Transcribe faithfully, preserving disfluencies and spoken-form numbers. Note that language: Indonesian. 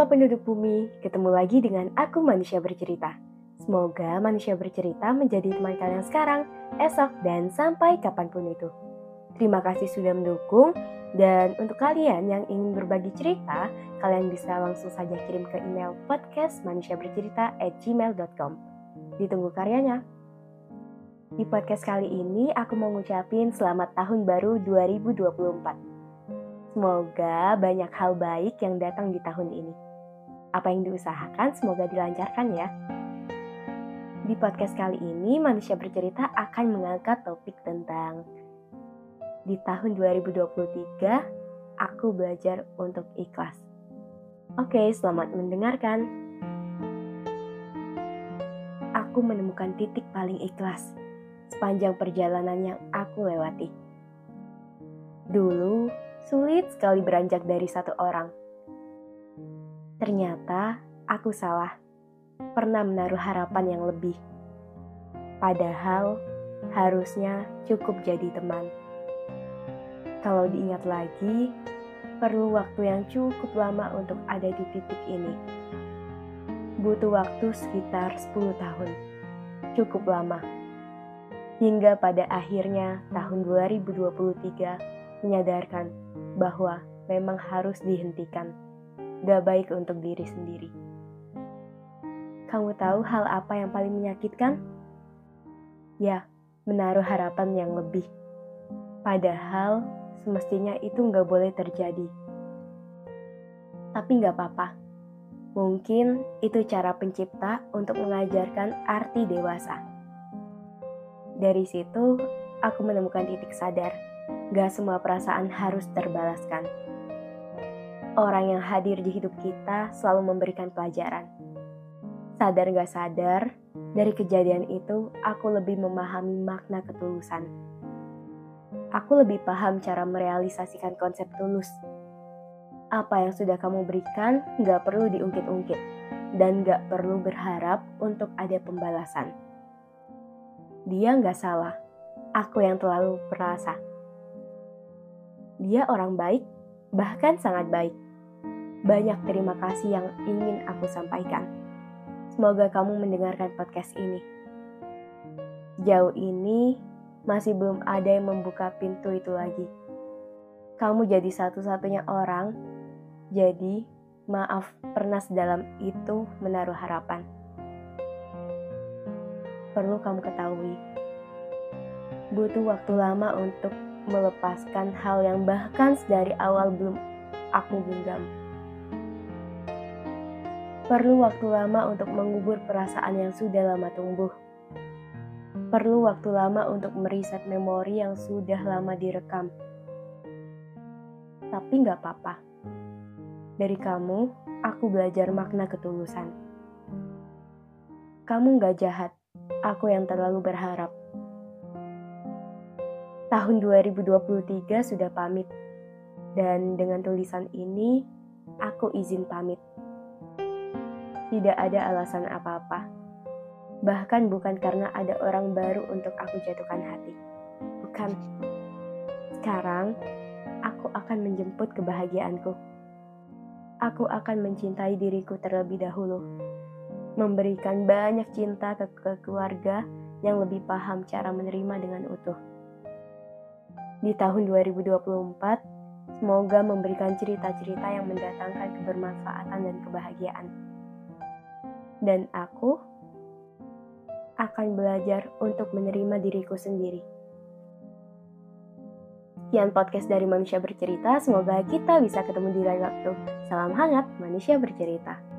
Halo penduduk bumi, ketemu lagi dengan aku Manusia Bercerita. Semoga Manusia Bercerita menjadi teman kalian sekarang, esok, dan sampai kapanpun itu. Terima kasih sudah mendukung, dan untuk kalian yang ingin berbagi cerita, kalian bisa langsung saja kirim ke email podcast manusia bercerita at gmail dot com. Ditunggu karyanya. Di podcast kali ini, aku mau ngucapin selamat tahun baru dua ribu dua puluh empat. Semoga banyak hal baik yang datang di tahun ini. Apa yang diusahakan semoga dilancarkan ya. Di podcast kali ini, Manusia Bercerita akan mengangkat topik tentang di tahun dua ribu dua puluh tiga, aku belajar untuk ikhlas. Oke, selamat mendengarkan. Aku menemukan titik paling ikhlas sepanjang perjalanan yang aku lewati. Dulu, sulit sekali beranjak dari satu orang. Ternyata aku salah, pernah menaruh harapan yang lebih. Padahal harusnya cukup jadi teman. Kalau diingat lagi, perlu waktu yang cukup lama untuk ada di titik ini. Butuh waktu sekitar sepuluh tahun, cukup lama. Hingga pada akhirnya tahun dua ribu dua puluh tiga menyadarkan bahwa memang harus dihentikan. Gak baik untuk diri sendiri. Kamu tahu hal apa yang paling menyakitkan? Ya, menaruh harapan yang lebih. Padahal semestinya itu gak boleh terjadi. Tapi gak apa-apa. Mungkin itu cara pencipta untuk mengajarkan arti dewasa. Dari situ, aku menemukan titik sadar. Gak semua perasaan harus terbalaskan. Orang yang hadir di hidup kita selalu memberikan pelajaran. Sadar gak sadar, dari kejadian itu aku lebih memahami makna ketulusan. Aku lebih paham cara merealisasikan konsep tulus. Apa yang sudah kamu berikan gak perlu diungkit-ungkit, dan gak perlu berharap untuk ada pembalasan. Dia gak salah, aku yang terlalu perasa. Dia orang baik, bahkan sangat baik. Banyak terima kasih yang ingin aku sampaikan. Semoga kamu mendengarkan podcast ini. Jauh ini, masih belum ada yang membuka pintu itu lagi. Kamu jadi satu-satunya orang, jadi maaf pernah sedalam itu menaruh harapan. Perlu kamu ketahui, butuh waktu lama untuk melepaskan hal yang bahkan dari awal belum aku genggam. Perlu waktu lama untuk mengubur perasaan yang sudah lama tumbuh. Perlu waktu lama untuk meriset memori yang sudah lama direkam. Tapi gak apa-apa. Dari kamu, aku belajar makna ketulusan. Kamu gak jahat, aku yang terlalu berharap. Tahun dua ribu dua puluh tiga sudah pamit, dan dengan tulisan ini, aku izin pamit. Tidak ada alasan apa-apa, bahkan bukan karena ada orang baru untuk aku jatuhkan hati. Bukan. Sekarang, aku akan menjemput kebahagiaanku. Aku akan mencintai diriku terlebih dahulu, memberikan banyak cinta ke, ke keluarga yang lebih paham cara menerima dengan utuh. Di tahun dua ribu dua puluh empat, semoga memberikan cerita-cerita yang mendatangkan kebermanfaatan dan kebahagiaan. Dan aku akan belajar untuk menerima diriku sendiri. Sekian podcast dari Manusia Bercerita, semoga kita bisa ketemu di lain waktu. Salam hangat, Manusia Bercerita.